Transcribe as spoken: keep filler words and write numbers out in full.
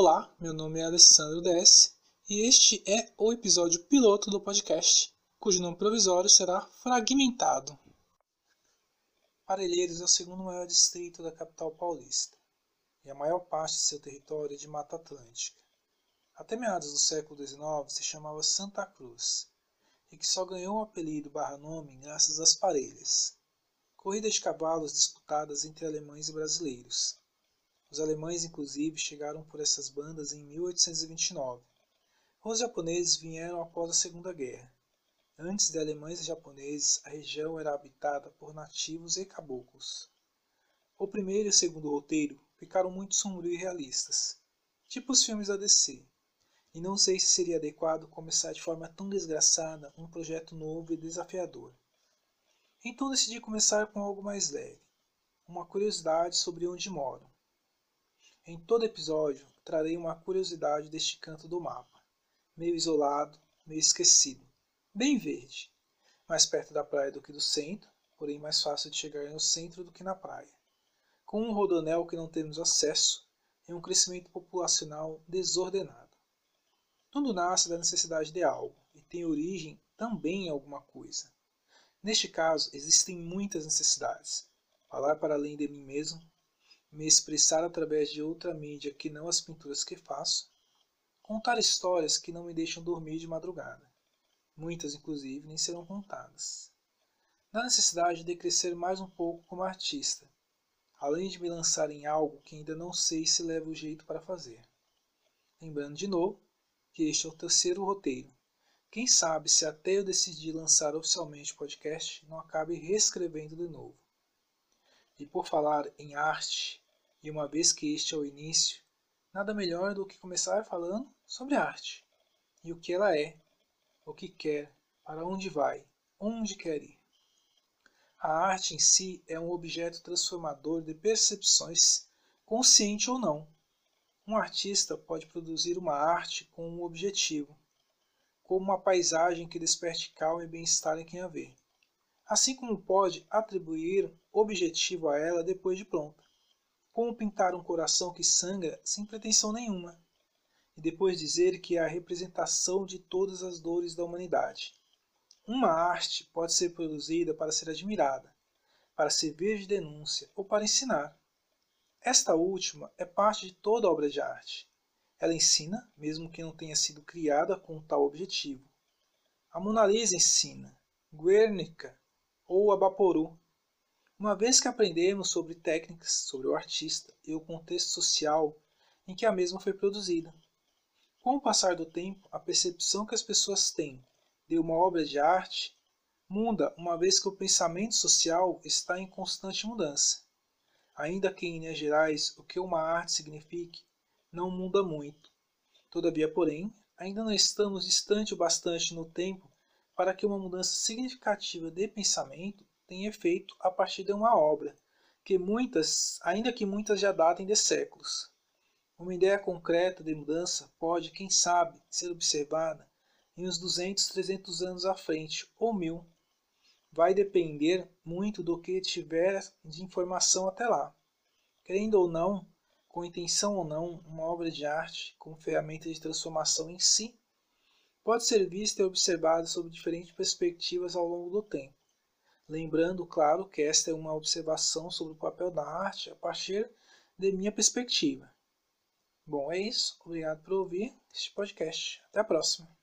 Olá, meu nome é Alessandro D S e este é o episódio piloto do podcast, cujo nome provisório será Fragmentado. Parelheiros é o segundo maior distrito da capital paulista e a maior parte de seu território é de Mata Atlântica. Até meados do século dezenove se chamava Santa Cruz e que só ganhou o apelido barra nome graças às parelhas, corridas de cavalos disputadas entre alemães e brasileiros. Os alemães, inclusive, chegaram por essas bandas em mil oitocentos e vinte e nove. Os japoneses vieram após a Segunda Guerra. Antes de alemães e japoneses, a região era habitada por nativos e caboclos. O primeiro e o segundo roteiro ficaram muito sombrios e realistas, tipo os filmes da D C, e não sei se seria adequado começar de forma tão desgraçada um projeto novo e desafiador. Então decidi começar com algo mais leve, uma curiosidade sobre onde moro. Em todo episódio, trarei uma curiosidade deste canto do mapa, meio isolado, meio esquecido, bem verde, mais perto da praia do que do centro, porém mais fácil de chegar no centro do que na praia, com um rodoanel que não temos acesso e um crescimento populacional desordenado. Tudo nasce da necessidade de algo e tem origem também em alguma coisa. Neste caso, existem muitas necessidades. Falar para além de mim mesmo, me expressar através de outra mídia que não as pinturas que faço, contar histórias que não me deixam dormir de madrugada. Muitas, inclusive, nem serão contadas. Na necessidade de crescer mais um pouco como artista, além de me lançar em algo que ainda não sei se leva o jeito para fazer. Lembrando de novo que este é o terceiro roteiro. Quem sabe se até eu decidir lançar oficialmente o podcast, não acabe reescrevendo de novo. E por falar em arte, e uma vez que este é o início, nada melhor do que começar falando sobre arte, e o que ela é, o que quer, para onde vai, onde quer ir. A arte em si é um objeto transformador de percepções, consciente ou não. Um artista pode produzir uma arte com um objetivo, como uma paisagem que desperte calma e bem-estar em quem a vê, assim como pode atribuir objetivo a ela depois de pronta, como pintar um coração que sangra sem pretensão nenhuma, e depois dizer que é a representação de todas as dores da humanidade. Uma arte pode ser produzida para ser admirada, para servir de denúncia ou para ensinar. Esta última é parte de toda obra de arte. Ela ensina, mesmo que não tenha sido criada com tal objetivo. A Mona Lisa ensina, Guernica ou a Vaporu. Uma vez que aprendemos sobre técnicas, sobre o artista e o contexto social em que a mesma foi produzida. Com o passar do tempo, a percepção que as pessoas têm de uma obra de arte muda, uma vez que o pensamento social está em constante mudança. Ainda que em linhas gerais o que uma arte signifique não muda muito. Todavia, porém, ainda não estamos distante o bastante no tempo para que uma mudança significativa de pensamento tenha efeito a partir de uma obra, que muitas, ainda que muitas já datem de séculos. Uma ideia concreta de mudança pode, quem sabe, ser observada em uns duzentos, trezentos anos à frente, ou mil. Vai depender muito do que tiver de informação até lá. Querendo ou não, com intenção ou não, uma obra de arte, como ferramenta de transformação em si, pode ser vista e observada sob diferentes perspectivas ao longo do tempo. Lembrando, claro, que esta é uma observação sobre o papel da arte a partir de minha perspectiva. Bom, é isso. Obrigado por ouvir este podcast. Até a próxima.